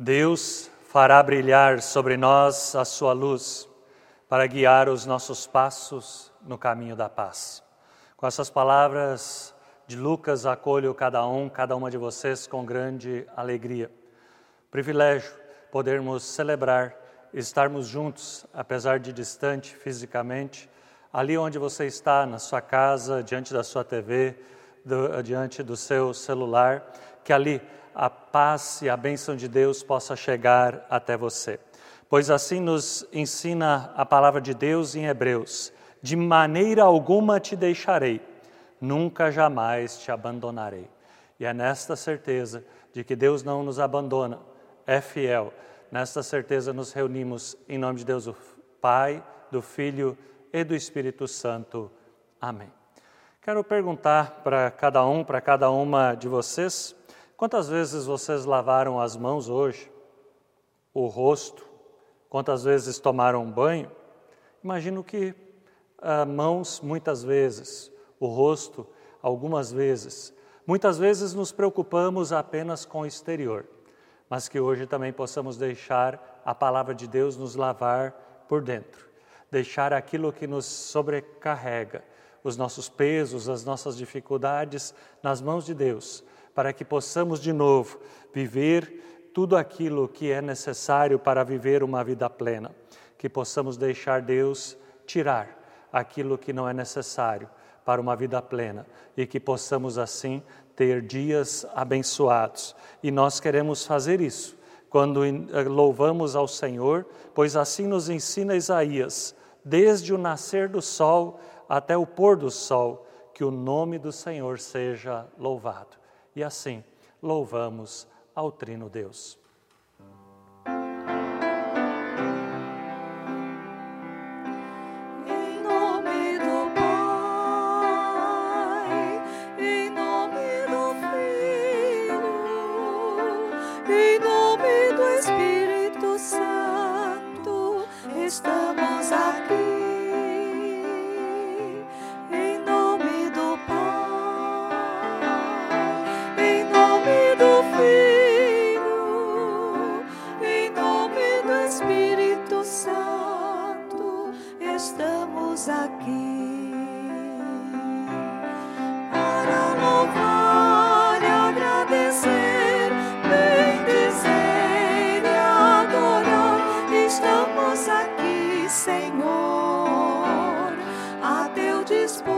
Deus fará brilhar sobre nós a sua luz para guiar os nossos passos no caminho da paz. Com essas palavras de Lucas, acolho cada uma de vocês com grande alegria. Privilégio podermos celebrar, estarmos juntos, apesar de distante fisicamente, ali onde você está, na sua casa, diante da sua TV, diante do seu celular, que ali a paz e a bênção de Deus possa chegar até você. Pois assim nos ensina a palavra de Deus em Hebreus: de maneira alguma te deixarei, nunca jamais te abandonarei. E é nesta certeza de que Deus não nos abandona, é fiel. Nesta certeza nos reunimos em nome de Deus, o Pai, do Filho e do Espírito Santo. Amém. Quero perguntar para cada uma de vocês: quantas vezes vocês lavaram as mãos hoje? O rosto? Quantas vezes tomaram um banho? Imagino que mãos muitas vezes, o rosto algumas vezes. Muitas vezes nos preocupamos apenas com o exterior, mas que hoje também possamos deixar a palavra de Deus nos lavar por dentro. Deixar aquilo que nos sobrecarrega, os nossos pesos, as nossas dificuldades nas mãos de Deus, para que possamos de novo viver tudo aquilo que é necessário para viver uma vida plena. Que possamos deixar Deus tirar aquilo que não é necessário para uma vida plena e que possamos assim ter dias abençoados. E nós queremos fazer isso quando louvamos ao Senhor, pois assim nos ensina Isaías: desde o nascer do sol até o pôr do sol, que o nome do Senhor seja louvado. E assim louvamos ao Trino Deus. Estamos aqui, em nome do Pai, em nome do Filho, em nome do Espírito Santo, estamos aqui para louvar e agradecer, bendizer e adorar. Estamos aqui, Senhor, a teu dispor,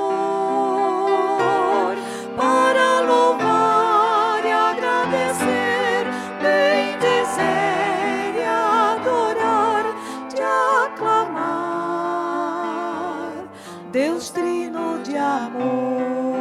para louvar e agradecer, bendizer e adorar, te aclamar, Deus Trino de amor.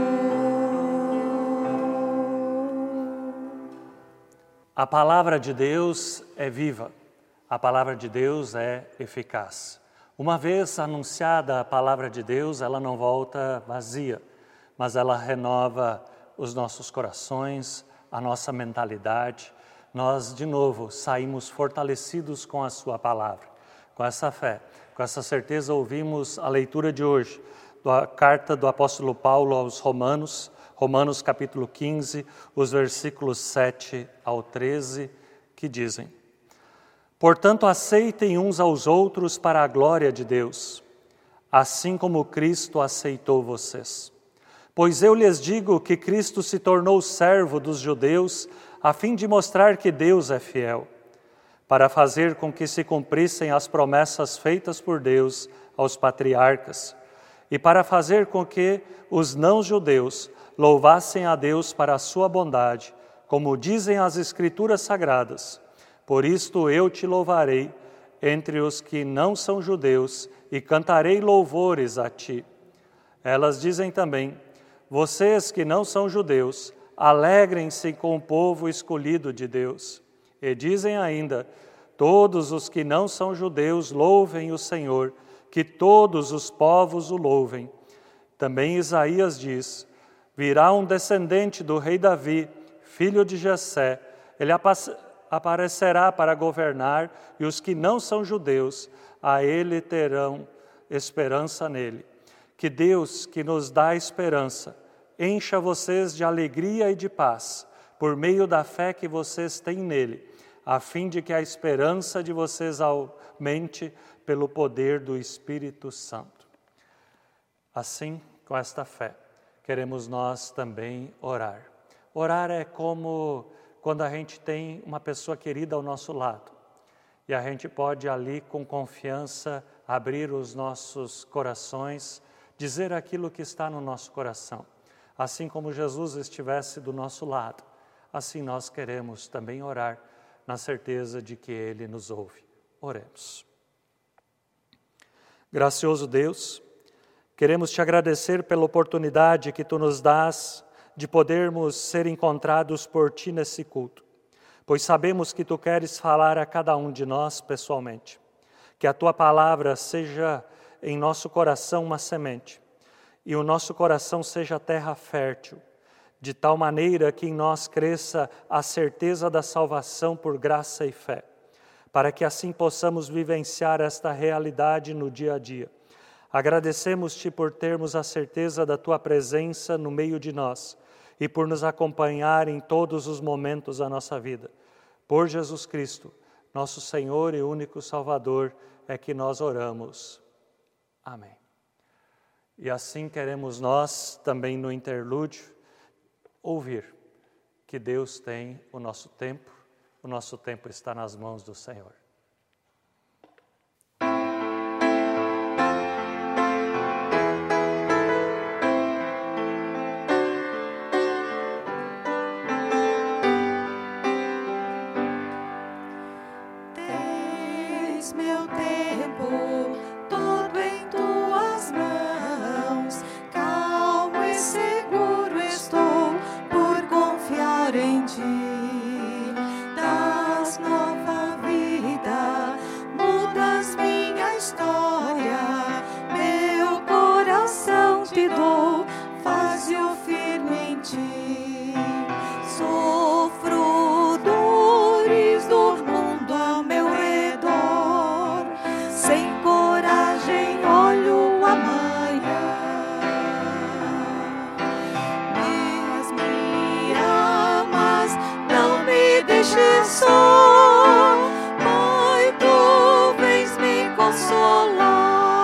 A palavra de Deus é viva. A palavra de Deus é eficaz. Uma vez anunciada a palavra de Deus, ela não volta vazia, mas ela renova os nossos corações, a nossa mentalidade. Nós, de novo, saímos fortalecidos com a sua palavra. Com essa fé, com essa certeza, ouvimos a leitura de hoje, da carta do apóstolo Paulo aos Romanos, Romanos capítulo 15, os versículos 7 ao 13, que dizem: portanto, aceitem uns aos outros para a glória de Deus, assim como Cristo aceitou vocês. Pois eu lhes digo que Cristo se tornou servo dos judeus a fim de mostrar que Deus é fiel, para fazer com que se cumprissem as promessas feitas por Deus aos patriarcas, e para fazer com que os não-judeus louvassem a Deus para a sua bondade, como dizem as Escrituras Sagradas: por isto eu te louvarei entre os que não são judeus e cantarei louvores a ti. Elas dizem também: vocês que não são judeus, alegrem-se com o povo escolhido de Deus. E dizem ainda: todos os que não são judeus louvem o Senhor, que todos os povos o louvem. Também Isaías diz: virá um descendente do rei Davi, filho de Jessé, ele aparecerá para governar, e os que não são judeus, a ele terão esperança nele. Que Deus, que nos dá esperança, encha vocês de alegria e de paz, por meio da fé que vocês têm nele, a fim de que a esperança de vocês aumente pelo poder do Espírito Santo. Assim, com esta fé, queremos nós também orar. Orar é como quando a gente tem uma pessoa querida ao nosso lado e a gente pode ali com confiança abrir os nossos corações, dizer aquilo que está no nosso coração. Assim como Jesus estivesse do nosso lado, assim nós queremos também orar na certeza de que Ele nos ouve. Oremos. Gracioso Deus, queremos te agradecer pela oportunidade que tu nos dás de podermos ser encontrados por ti nesse culto, pois sabemos que tu queres falar a cada um de nós pessoalmente. Que a tua palavra seja em nosso coração uma semente e o nosso coração seja terra fértil, de tal maneira que em nós cresça a certeza da salvação por graça e fé, para que assim possamos vivenciar esta realidade no dia a dia. Agradecemos-te por termos a certeza da tua presença no meio de nós e por nos acompanhar em todos os momentos da nossa vida. Por Jesus Cristo, nosso Senhor e único Salvador, é que nós oramos. Amém. E assim queremos nós, também no interlúdio, ouvir que Deus tem o nosso tempo está nas mãos do Senhor. Tens meu tempo todo em tuas mãos, calmo e seguro estou por confiar em ti. Das nova vida, mudas minha história, meu coração te dou, faz-o firme em ti. Sofro dores do mundo ao meu redor, sem coragem olho amanhã. Mas me amas, não me deixes só, Pai, tu vens me consolar.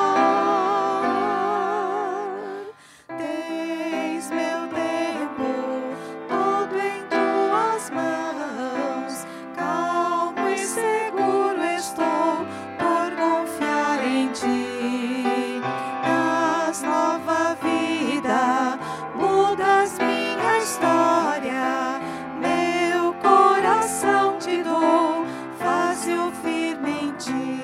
Tens meu tempo todo em tuas mãos, calmo e seguro estou por confiar em ti. Das nova vida, mudas minha história, meu coração te dou, faz-o firme em ti.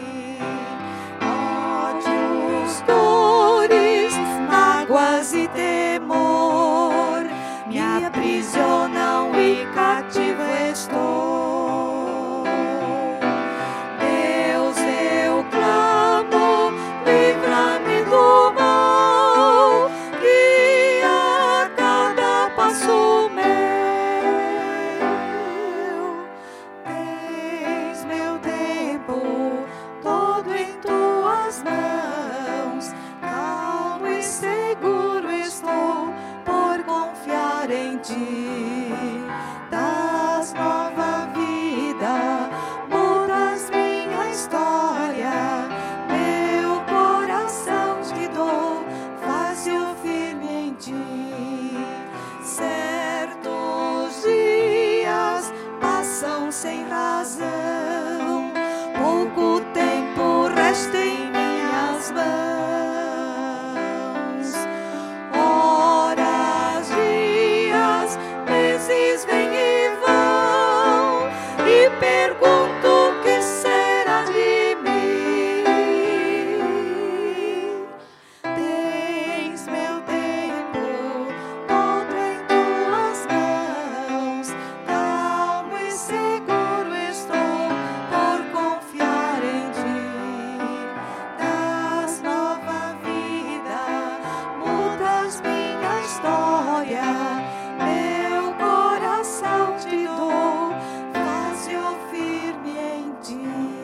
Ódios, dores, mágoas e temor me aprisionam e cativo estou. Deus, eu clamo, livra-me do mal, que a cada passo meu. Tens meu tempo todo em tuas mãos, calmo e seguro estou por confiar em ti. Das nova vida, mudas minha história, meu coração te dou, faz-o firme em ti. Certos dias passam sem razão, pouco tempo resta em minhas mãos. Horas, dias, meses vêm e vão, e pergunto o que será de mim. Tens meu tempo todo em tuas mãos, calmo e seguro estou por confiar em ti. Das nova vida, mudas minha história, meu coração te dou, faz-o firme em ti.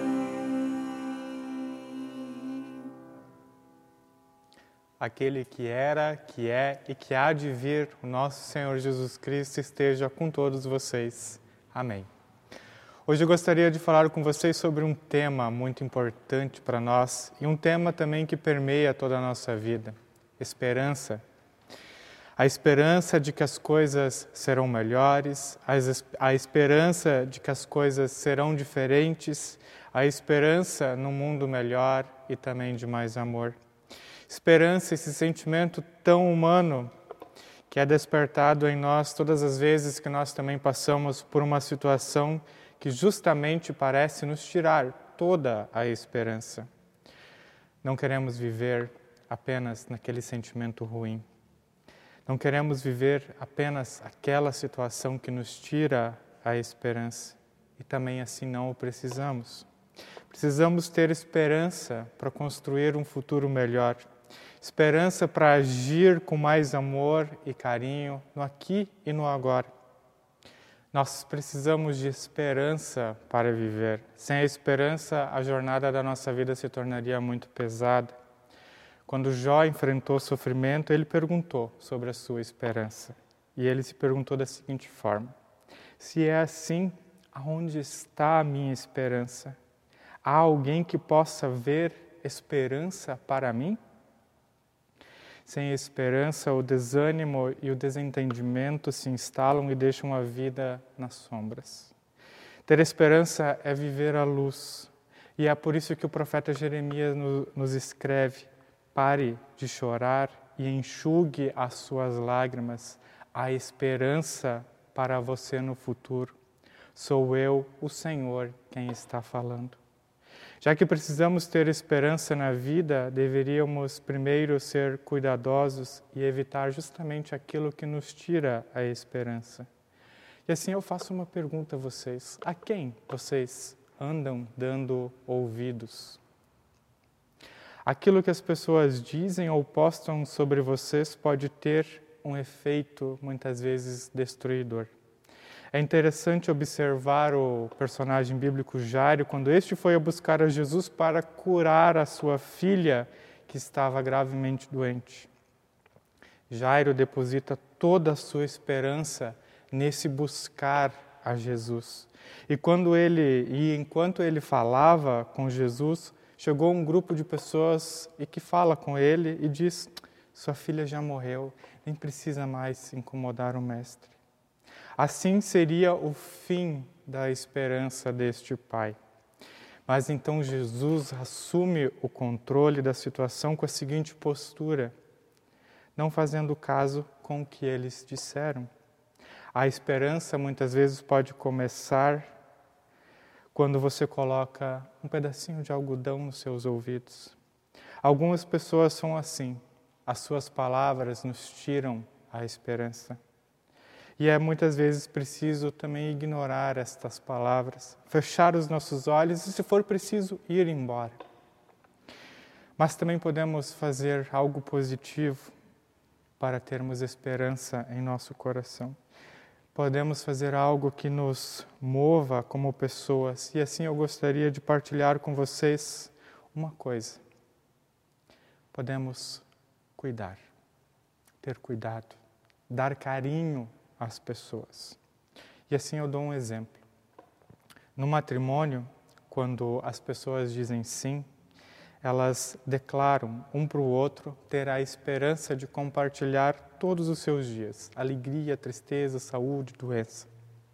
Aquele que era, que é e que há de vir, o nosso Senhor Jesus Cristo, esteja com todos vocês. Amém. Hoje eu gostaria de falar com vocês sobre um tema muito importante para nós e um tema também que permeia toda a nossa vida: esperança. A esperança de que as coisas serão melhores, a esperança de que as coisas serão diferentes, a esperança num mundo melhor e também de mais amor. Esperança, esse sentimento tão humano que é despertado em nós todas as vezes que nós também passamos por uma situação que justamente parece nos tirar toda a esperança. Não queremos viver apenas naquele sentimento ruim. Não queremos viver apenas aquela situação que nos tira a esperança. E também assim não o precisamos. Precisamos ter esperança para construir um futuro melhor. Esperança para agir com mais amor e carinho no aqui e no agora. Nós precisamos de esperança para viver. Sem a esperança, a jornada da nossa vida se tornaria muito pesada. Quando Jó enfrentou sofrimento, ele perguntou sobre a sua esperança. E ele se perguntou da seguinte forma: se é assim, aonde está a minha esperança? Há alguém que possa ver esperança para mim? Sem esperança, o desânimo e o desentendimento se instalam e deixam a vida nas sombras. Ter esperança é viver a luz. E é por isso que o profeta Jeremias nos escreve: pare de chorar e enxugue as suas lágrimas. Há esperança para você no futuro. Sou eu, o Senhor, quem está falando. Já que precisamos ter esperança na vida, deveríamos primeiro ser cuidadosos e evitar justamente aquilo que nos tira a esperança. E assim eu faço uma pergunta a vocês: a quem vocês andam dando ouvidos? Aquilo que as pessoas dizem ou postam sobre vocês pode ter um efeito, muitas vezes, destruidor. É interessante observar o personagem bíblico Jairo, quando este foi a buscar a Jesus para curar a sua filha, que estava gravemente doente. Jairo deposita toda a sua esperança nesse buscar a Jesus. E enquanto ele falava com Jesus, chegou um grupo de pessoas e que fala com ele e diz: sua filha já morreu, nem precisa mais incomodar o mestre. Assim seria o fim da esperança deste pai. Mas então Jesus assume o controle da situação com a seguinte postura: não fazendo caso com o que eles disseram. A esperança muitas vezes pode começar quando você coloca um pedacinho de algodão nos seus ouvidos. Algumas pessoas são assim. As suas palavras nos tiram a esperança. E é muitas vezes preciso também ignorar estas palavras, fechar os nossos olhos e, se for preciso, ir embora. Mas também podemos fazer algo positivo para termos esperança em nosso coração. Podemos fazer algo que nos mova como pessoas. E assim eu gostaria de partilhar com vocês uma coisa. Podemos cuidar, ter cuidado, dar carinho às pessoas. E assim eu dou um exemplo. No matrimônio, quando as pessoas dizem sim, elas declaram um para o outro ter a esperança de compartilhar todos os seus dias, alegria, tristeza, saúde, doença.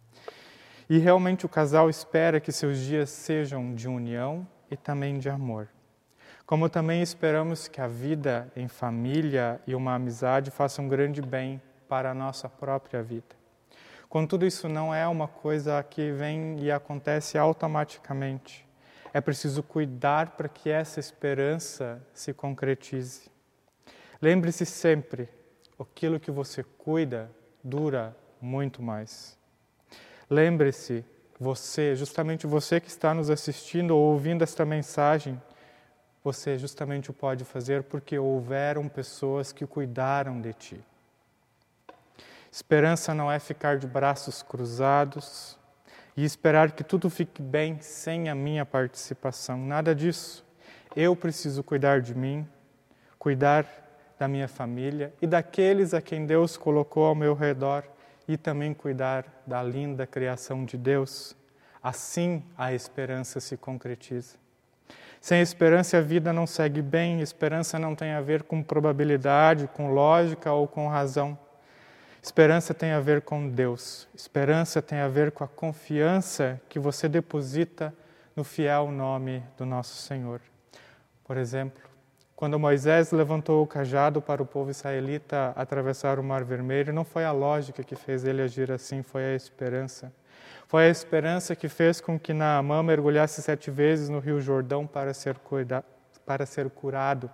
E realmente o casal espera que seus dias sejam de união e também de amor. Como também esperamos que a vida em família e uma amizade façam um grande bem para a nossa própria vida. Contudo, isso não é uma coisa que vem e acontece automaticamente. É preciso cuidar para que essa esperança se concretize. Lembre-se sempre, aquilo que você cuida dura muito mais. Lembre-se, justamente você que está nos assistindo ou ouvindo esta mensagem, você justamente o pode fazer porque houveram pessoas que cuidaram de ti. Esperança não é ficar de braços cruzados e esperar que tudo fique bem sem a minha participação. Nada disso. Eu preciso cuidar de mim, cuidar da minha família e daqueles a quem Deus colocou ao meu redor e também cuidar da linda criação de Deus, Assim a esperança se concretiza. Sem esperança a vida não segue bem, esperança não tem a ver com probabilidade, com lógica ou com razão. Esperança tem a ver com Deus, esperança tem a ver com a confiança que você deposita no fiel nome do nosso Senhor. Por exemplo, quando Moisés levantou o cajado para o povo israelita atravessar o Mar Vermelho, não foi a lógica que fez ele agir assim, foi a esperança. Foi a esperança que fez com que Naamã mergulhasse 7 vezes no Rio Jordão para ser curado.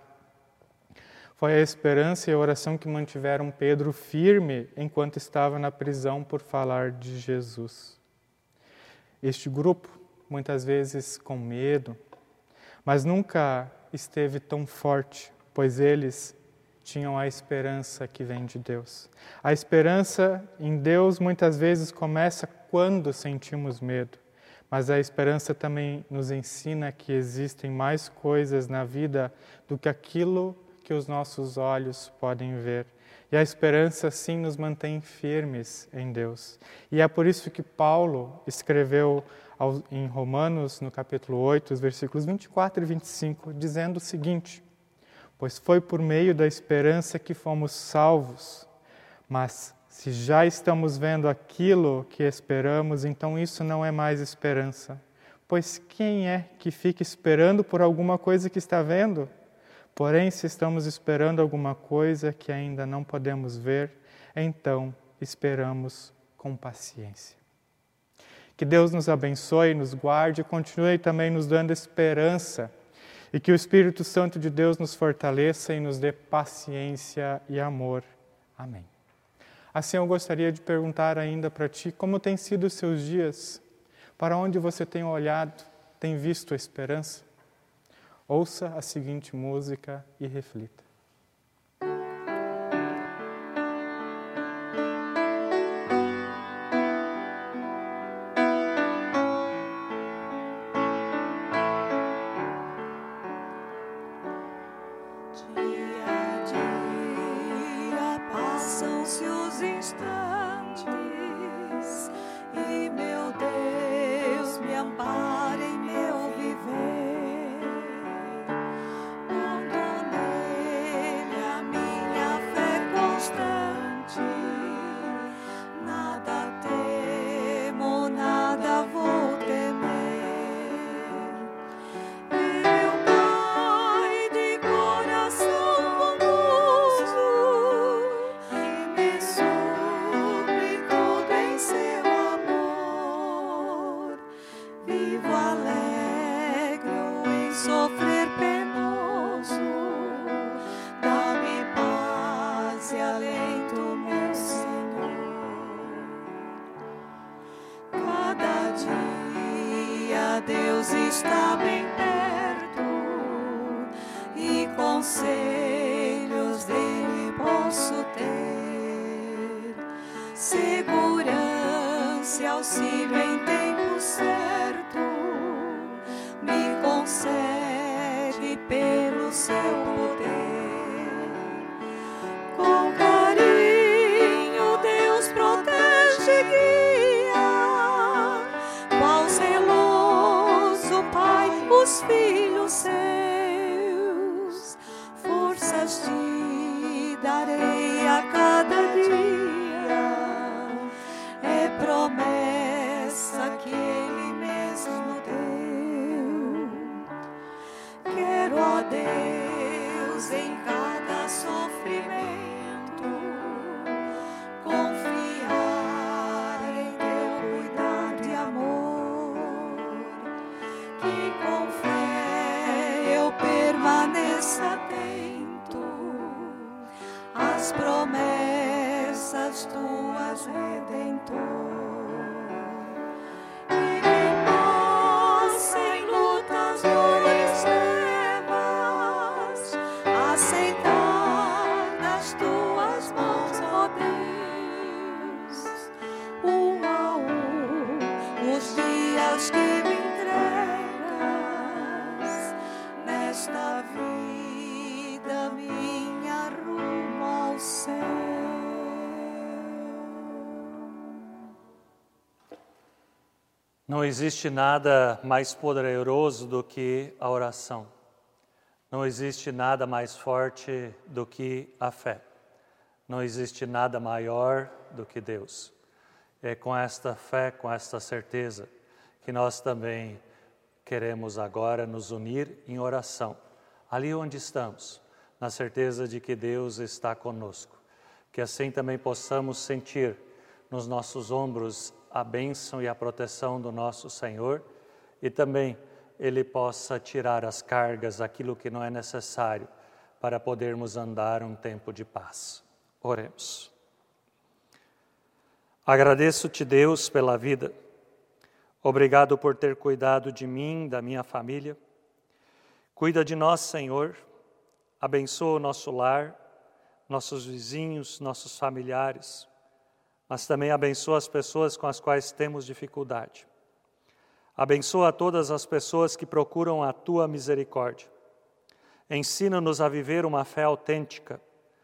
Foi a esperança e a oração que mantiveram Pedro firme enquanto estava na prisão por falar de Jesus. Este grupo, muitas vezes com medo, mas nunca esteve tão forte, pois eles tinham a esperança que vem de Deus. A esperança em Deus muitas vezes começa quando sentimos medo, mas a esperança também nos ensina que existem mais coisas na vida do que aquilo que os nossos olhos podem ver. E a esperança, sim, nos mantém firmes em Deus. E é por isso que Paulo escreveu em Romanos, no capítulo 8, os versículos 24 e 25, dizendo o seguinte: pois foi por meio da esperança que fomos salvos, mas se já estamos vendo aquilo que esperamos, então isso não é mais esperança. Pois quem é que fica esperando por alguma coisa que está vendo? Porém, se estamos esperando alguma coisa que ainda não podemos ver, então esperamos com paciência. Que Deus nos abençoe, nos guarde e continue também nos dando esperança, e que o Espírito Santo de Deus nos fortaleça e nos dê paciência e amor. Amém. Assim, eu gostaria de perguntar ainda para ti, como têm sido os seus dias? Para onde você tem olhado, tem visto a esperança? Ouça a seguinte música e reflita. Passam-se os instantes e meu Deus me ampara em meu viver. Pondo nele a minha fé constante, nada temo, nada vou temer. Meu Pai de coração bondoso, me supre tudo em seu amor. Vivo alegre ou em sofrer penoso, dá-me paz e alento, meu Senhor. Cada dia Deus está bem perto e conselhos dele posso ter. Segurança e auxílio em tempo certo me concede pelo seu poder. Com carinho Deus protege e guia, qual zeloso Pai os filhos seus. Forças te darei a cada dia, é promessa que Ele mesmo deu. Quero, ó Deus, em cada sofrimento confiar em teu cuidado e amor. Que com fé eu permaneça atento às promessas tuas, Redentor. E que possa em lutas, dores, trevas aceitar nas tuas mãos, ó Deus, um a um os dias que me entregas nesta vida minha rumo ao céu. Não existe nada mais poderoso do que a oração. Não existe nada mais forte do que a fé. Não existe nada maior do que Deus. É com esta fé, com esta certeza, que nós também queremos agora nos unir em oração, ali onde estamos, na certeza de que Deus está conosco. Que assim também possamos sentir nos nossos ombros a bênção e a proteção do nosso Senhor e também Ele possa tirar as cargas, aquilo que não é necessário, para podermos andar um tempo de paz. Oremos. Agradeço-te, Deus, pela vida. Obrigado por ter cuidado de mim, da minha família. Cuida de nós, Senhor. Abençoa o nosso lar, nossos vizinhos, nossos familiares, mas também abençoa as pessoas com as quais temos dificuldade. Abençoa todas as pessoas que procuram a Tua misericórdia. Ensina-nos a viver uma fé autêntica,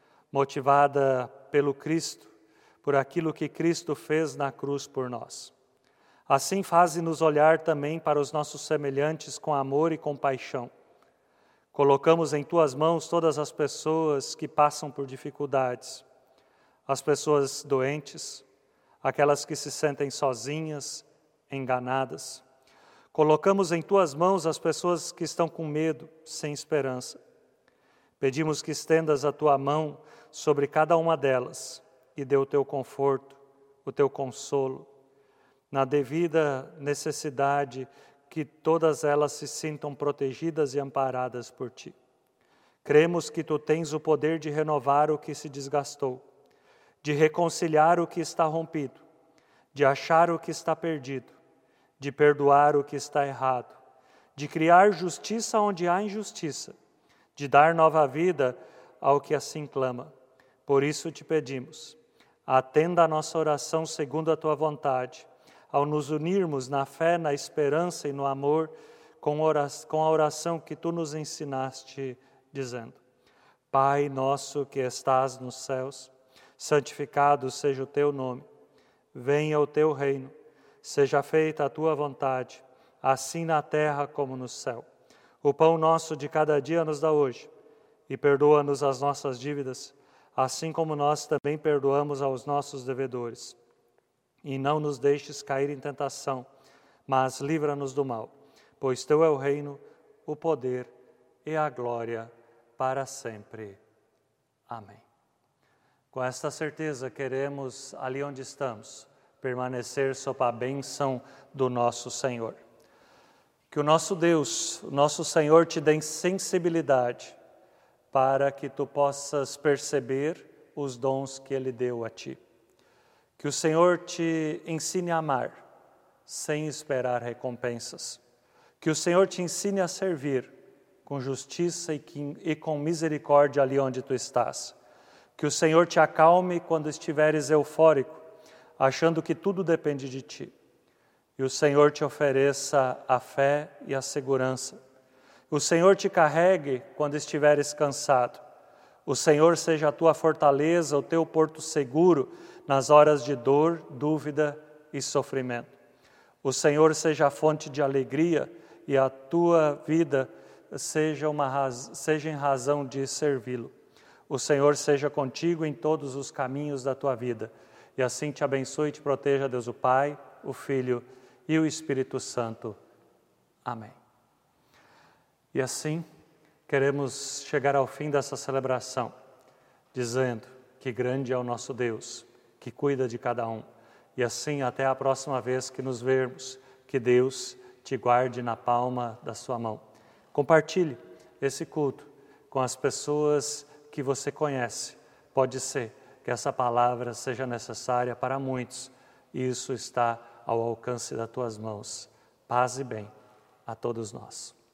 motivada pelo Cristo, por aquilo que Cristo fez na cruz por nós. Assim, faze-nos olhar também para os nossos semelhantes com amor e compaixão. Colocamos em Tuas mãos todas as pessoas que passam por dificuldades, as pessoas doentes, aquelas que se sentem sozinhas, enganadas. Colocamos em Tuas mãos as pessoas que estão com medo, sem esperança. Pedimos que estendas a Tua mão sobre cada uma delas e dê o Teu conforto, o Teu consolo, na devida necessidade que todas elas se sintam protegidas e amparadas por Ti. Cremos que Tu tens o poder de renovar o que se desgastou, de reconciliar o que está rompido, de achar o que está perdido, de perdoar o que está errado, de criar justiça onde há injustiça, de dar nova vida ao que assim clama. Por isso te pedimos, atenda a nossa oração segundo a Tua vontade, ao nos unirmos na fé, na esperança e no amor, com a oração que Tu nos ensinaste, dizendo: Pai nosso que estás nos céus, santificado seja o Teu nome. Venha o Teu reino. Seja feita a Tua vontade, assim na terra como no céu. O pão nosso de cada dia nos dá hoje. E perdoa-nos as nossas dívidas, assim como nós também perdoamos aos nossos devedores. E não nos deixes cair em tentação, mas livra-nos do mal. Pois Teu é o reino, o poder e a glória para sempre. Amém. Com esta certeza, queremos, ali onde estamos, permanecer sob a bênção do nosso Senhor. Que o nosso Deus, o nosso Senhor, te dê sensibilidade para que tu possas perceber os dons que Ele deu a ti. Que o Senhor te ensine a amar, sem esperar recompensas. Que o Senhor te ensine a servir com justiça e com misericórdia ali onde tu estás. Que o Senhor te acalme quando estiveres eufórico, achando que tudo depende de ti. E o Senhor te ofereça a fé e a segurança. O Senhor te carregue quando estiveres cansado. O Senhor seja a tua fortaleza, o teu porto seguro nas horas de dor, dúvida e sofrimento. O Senhor seja a fonte de alegria e a tua vida seja em razão de servi-lo. O Senhor seja contigo em todos os caminhos da tua vida. E assim te abençoe e te proteja, Deus o Pai, o Filho e o Espírito Santo. Amém. E assim, queremos chegar ao fim dessa celebração, dizendo que grande é o nosso Deus, que cuida de cada um. E assim, até a próxima vez que nos vermos, que Deus te guarde na palma da sua mão. Compartilhe esse culto com as pessoas que você conhece. Pode ser que essa palavra seja necessária para muitos, e isso está ao alcance das tuas mãos. Paz e bem a todos nós.